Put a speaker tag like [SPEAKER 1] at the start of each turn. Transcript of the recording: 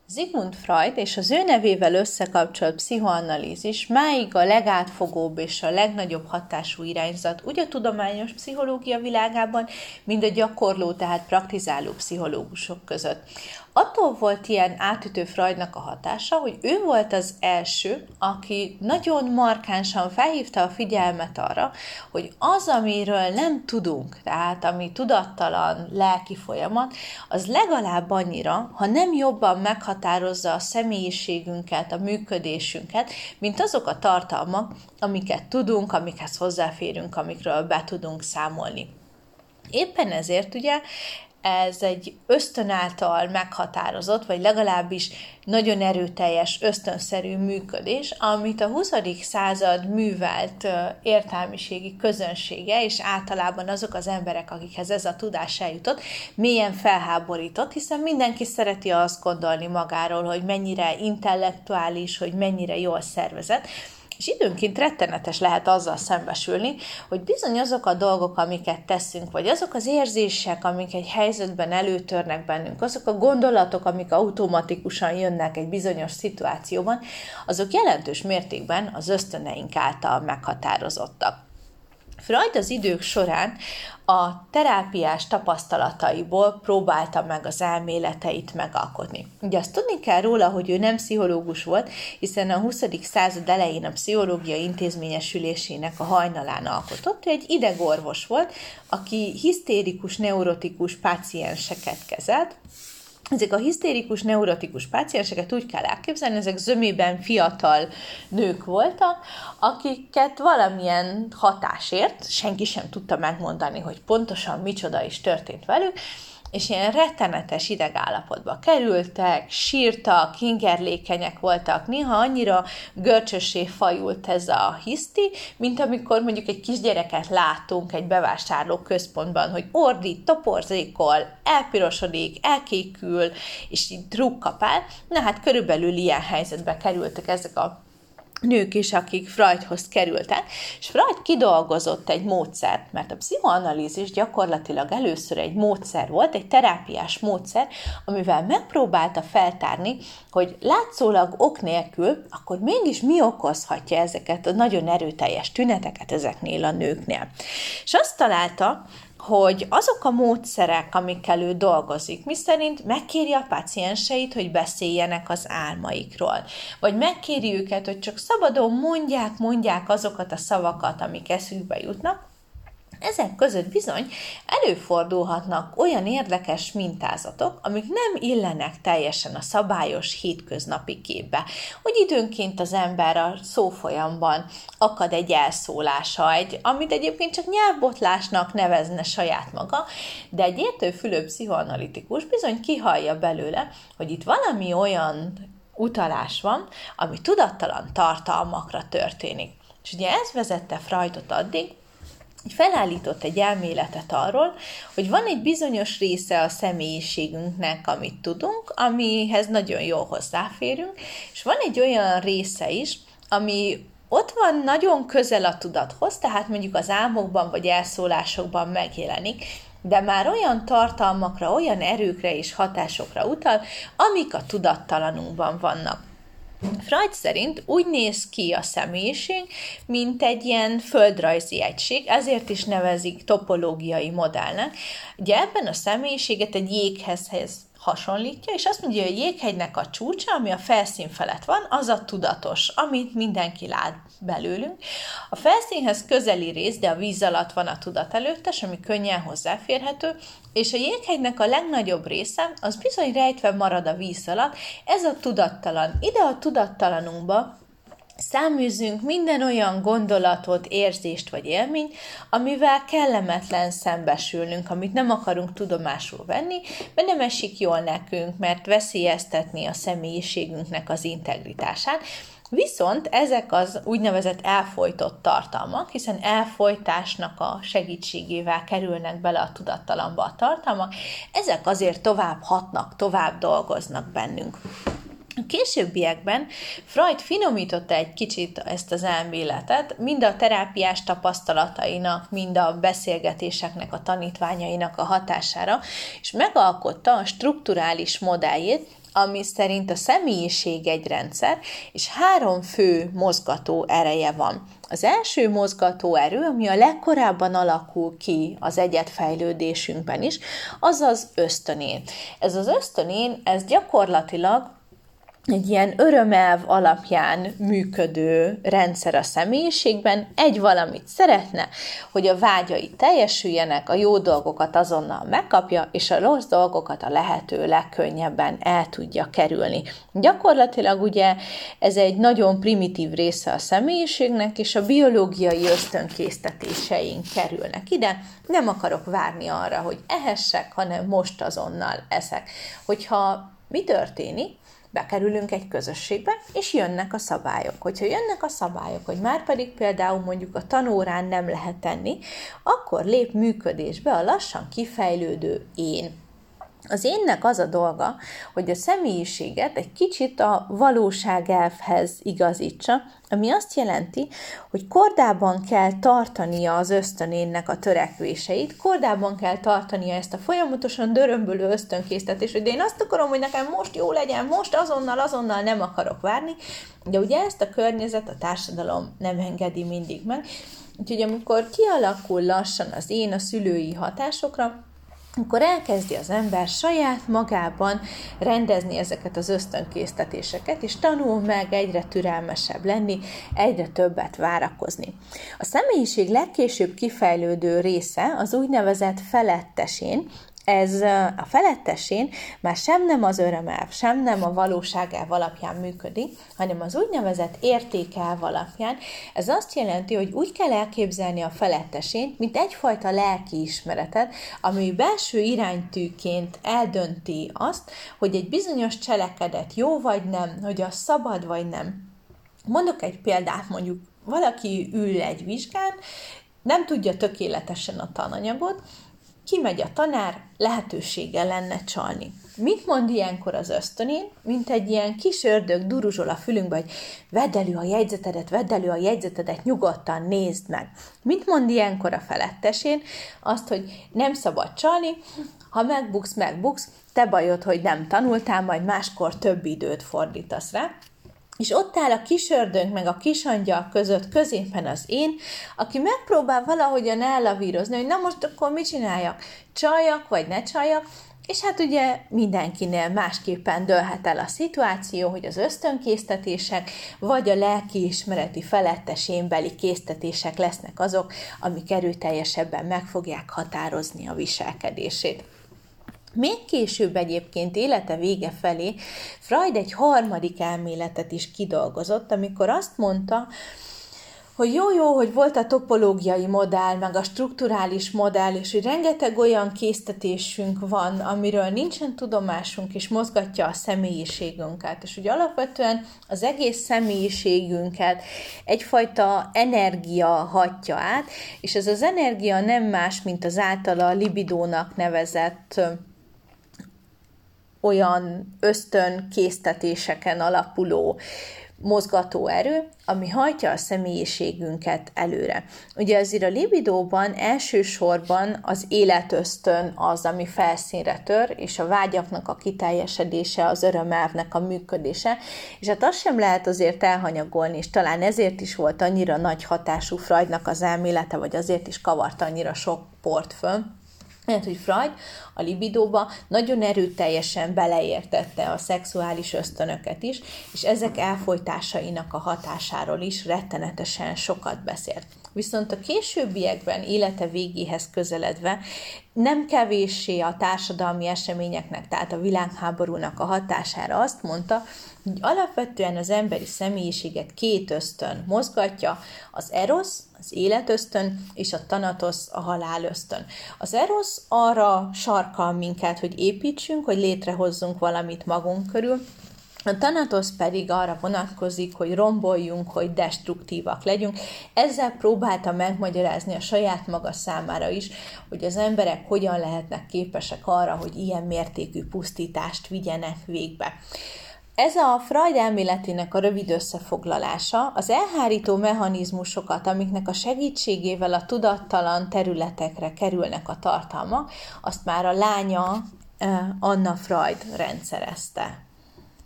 [SPEAKER 1] Sigmund Freud és az ő nevével összekapcsolt pszichoanalízis máig a legátfogóbb és a legnagyobb hatású irányzat úgy a tudományos pszichológia világában, mind a gyakorló, tehát praktizáló pszichológusok között. Attól volt ilyen átütő Freudnak a hatása, hogy ő volt az első, aki nagyon markánsan felhívta a figyelmet arra, hogy az, amiről nem tudunk, tehát ami tudattalan lelki folyamat, az legalább annyira, ha nem jobban meghatározza a személyiségünket, a működésünket, mint azok a tartalmak, amiket tudunk, amikhez hozzáférünk, amikről be tudunk számolni. Éppen ezért ugye ez egy ösztön által meghatározott, vagy legalábbis nagyon erőteljes, ösztönszerű működés, amit a 20. század művelt értelmiségi közönsége, és általában azok az emberek, akikhez ez a tudás eljutott, mélyen felháborított, hiszen mindenki szereti azt gondolni magáról, hogy mennyire intellektuális, hogy mennyire jól szervezett, és időnként rettenetes lehet azzal szembesülni, hogy bizony azok a dolgok, amiket teszünk, vagy azok az érzések, amik egy helyzetben előtörnek bennünk, azok a gondolatok, amik automatikusan jönnek egy bizonyos szituációban, azok jelentős mértékben az ösztöneink által meghatározottak. Freud az idők során a terápiás tapasztalataiból próbálta meg az elméleteit megalkotni. Ugye azt tudni kell róla, hogy ő nem pszichológus volt, hiszen a 20. század elején a pszichológia intézményesülésének a hajnalán alkotott. Ő egy idegorvos volt, aki hisztérikus, neurotikus pácienseket kezelt. Ezek a hisztérikus, neurotikus pácienseket úgy kell elképzelni, ezek zömében fiatal nők voltak, akiket valamilyen hatásért, senki sem tudta megmondani, hogy pontosan micsoda is történt velük, és ilyen rettenetes idegállapotba kerültek, sírtak, ingerlékenyek voltak, néha annyira görcsössé fajult ez a hiszti, mint amikor mondjuk egy kisgyereket látunk egy bevásárló központban, hogy ordít, toporzékol, elpirosodik, elkékül, és így drukkapál. Na hát körülbelül ilyen helyzetbe kerültek ezek a nők is, akik Freudhoz kerültek, és Freud kidolgozott egy módszert, mert a pszichoanalízis gyakorlatilag először egy módszer volt, egy terápiás módszer, amivel megpróbálta feltárni, hogy látszólag ok nélkül, akkor mégis mi okozhatja ezeket a nagyon erőteljes tüneteket ezeknél a nőknél. És azt találta, hogy azok a módszerek, amikkel ő dolgozik, miszerint megkéri a pácienseit, hogy beszéljenek az álmaikról, vagy megkéri őket, hogy csak szabadon mondják azokat a szavakat, amik eszükbe jutnak, ezek között bizony előfordulhatnak olyan érdekes mintázatok, amik nem illenek teljesen a szabályos hétköznapi képbe. Hogy időnként az ember a szófolyamban akad egy elszólása, amit egyébként csak nyelvbotlásnak nevezne saját maga, de egy értőfülű pszichoanalitikus bizony kihallja belőle, hogy itt valami olyan utalás van, ami tudattalan tartalmakra történik. És ugye ez vezette Freudot addig, felállított egy elméletet arról, hogy van egy bizonyos része a személyiségünknek, amit tudunk, amihez nagyon jól hozzáférünk, és van egy olyan része is, ami ott van nagyon közel a tudathoz, tehát mondjuk az álmokban vagy elszólásokban megjelenik, de már olyan tartalmakra, olyan erőkre és hatásokra utal, amik a tudattalanunkban vannak. Freud szerint úgy néz ki a személyiség, mint egy ilyen földrajzi egység, ezért is nevezik topológiai modellnek. Ugye ebben a személyiséget egy jéghez hasonlítja, és azt mondja, hogy a jéghegynek a csúcsa, ami a felszín felett van, az a tudatos, amit mindenki lát belőlünk. A felszínhez közeli rész, de a víz alatt van a tudat előttes, ami könnyen hozzáférhető, és a jéghegynek a legnagyobb része, az bizony rejtve marad a víz alatt, ez a tudattalan. Ide a tudattalanunkba száműzzünk minden olyan gondolatot, érzést vagy élményt, amivel kellemetlen szembesülnünk, amit nem akarunk tudomásul venni, mert nem esik jól nekünk, mert veszélyeztetni a személyiségünknek az integritását. Viszont ezek az úgynevezett elfojtott tartalmak, hiszen elfojtásnak a segítségével kerülnek bele a tudattalanba a tartalmak, ezek azért tovább hatnak, tovább dolgoznak bennünk. A későbbiekben Freud finomította egy kicsit ezt az elméletet, mind a terápiás tapasztalatainak, mind a beszélgetéseknek, a tanítványainak a hatására, és megalkotta a strukturális modelljét, ami szerint a személyiség egy rendszer, és 3 fő mozgató ereje van. Az első mozgató erő, ami a legkorábban alakul ki az egyedfejlődésünkben is, az az ösztönén. Ez az ösztönén, ez gyakorlatilag egy ilyen örömelv alapján működő rendszer a személyiségben, egy valamit szeretne, hogy a vágyai teljesüljenek, a jó dolgokat azonnal megkapja, és a rossz dolgokat a lehető legkönnyebben el tudja kerülni. Gyakorlatilag ugye ez egy nagyon primitív része a személyiségnek, és a biológiai ösztönkésztetéseink kerülnek ide. Nem akarok várni arra, hogy ehessek, hanem most azonnal eszek. Hogyha mi történik? Bekerülünk egy közösségbe, és jönnek a szabályok. Hogyha jönnek a szabályok, hogy már pedig például mondjuk a tanórán nem lehet tenni, akkor lép működésbe a lassan kifejlődő én. Az énnek az a dolga, hogy a személyiséget egy kicsit a valóságelvhez igazítsa, ami azt jelenti, hogy kordában kell tartania az ösztönénnek a törekvéseit, kordában kell tartania ezt a folyamatosan dörömbölő ösztönkésztetést, hogy de én azt akarom, hogy nekem most jó legyen, most azonnal nem akarok várni, de ugye ezt a környezet, a társadalom nem engedi mindig meg. Úgyhogy amikor kialakul lassan az én a szülői hatásokra, akkor elkezdi az ember saját magában rendezni ezeket az ösztönkésztetéseket, és tanul meg egyre türelmesebb lenni, egyre többet várakozni. A személyiség legkésőbb kifejlődő része az úgynevezett felettesén. Ez a felettesén már sem nem az örömelv, sem nem a valóságelv alapján működik, hanem az úgynevezett értékelv alapján. Ez azt jelenti, hogy úgy kell elképzelni a felettesént, mint egyfajta lelkiismeretet, ami belső iránytűként eldönti azt, hogy egy bizonyos cselekedet jó vagy nem, hogy az szabad vagy nem. Mondok egy példát, mondjuk valaki ül egy vizsgán, nem tudja tökéletesen a tananyagot, kimegy a tanár, lehetősége lenne csalni. Mit mond ilyenkor az ösztönén? Mint egy ilyen kis ördög duruzsol a fülünkbe, hogy vedd elő a jegyzetedet, nyugodtan nézd meg. Mit mond ilyenkor a felettesén? Azt, hogy nem szabad csalni, ha megbuksz, te bajod, hogy nem tanultál, majd máskor több időt fordítasz rá. És ott áll a kis ördög meg a kis angyal között középen az én, aki megpróbál valahogyan ellavírozni, hogy na most akkor mit csináljak? Csaljak vagy ne csaljak? És hát ugye mindenkinél másképpen dőlhet el a szituáció, hogy az ösztönkésztetések vagy a lelkiismereti felettesénbeli késztetések lesznek azok, amik erőteljesebben meg fogják határozni a viselkedését. Még később egyébként élete vége felé Freud egy harmadik elméletet is kidolgozott, amikor azt mondta, hogy jó, hogy volt a topológiai modell, meg a strukturális modell, és hogy rengeteg olyan késztetésünk van, amiről nincsen tudomásunk, és mozgatja a személyiségünket. És hogy alapvetően az egész személyiségünket egyfajta energia hatja át, és ez az energia nem más, mint az általa libidónak nevezett olyan ösztönkésztetéseken alapuló mozgatóerő, ami hajtja a személyiségünket előre. Ugye azért a libidóban elsősorban az életösztön az, ami felszínre tör, és a vágyaknak a kiteljesedése, az örömelvnek a működése, és hát azt sem lehet azért elhanyagolni, és talán ezért is volt annyira nagy hatású Freudnak az elmélete, vagy azért is kavart annyira sok port föl, mert hogy Freud a libidóba nagyon erőteljesen beleértette a szexuális ösztönöket is, és ezek elfojtásainak a hatásáról is rettenetesen sokat beszélt. Viszont a későbbiekben, élete végéhez közeledve nem kevéssé a társadalmi eseményeknek, tehát a világháborúnak a hatására azt mondta, hogy alapvetően az emberi személyiséget 2 ösztön mozgatja, az eros, az életösztön, és a thanatos, a halálösztön. Az eros arra sarkal minket, hogy építsünk, hogy létrehozzunk valamit magunk körül, a thanatos pedig arra vonatkozik, hogy romboljunk, hogy destruktívak legyünk. Ezzel próbálta megmagyarázni a saját maga számára is, hogy az emberek hogyan lehetnek képesek arra, hogy ilyen mértékű pusztítást vigyenek végbe. Ez a Freud elméletének a rövid összefoglalása, az elhárító mechanizmusokat, amiknek a segítségével a tudattalan területekre kerülnek a tartalmak, azt már a lánya Anna Freud rendszerezte.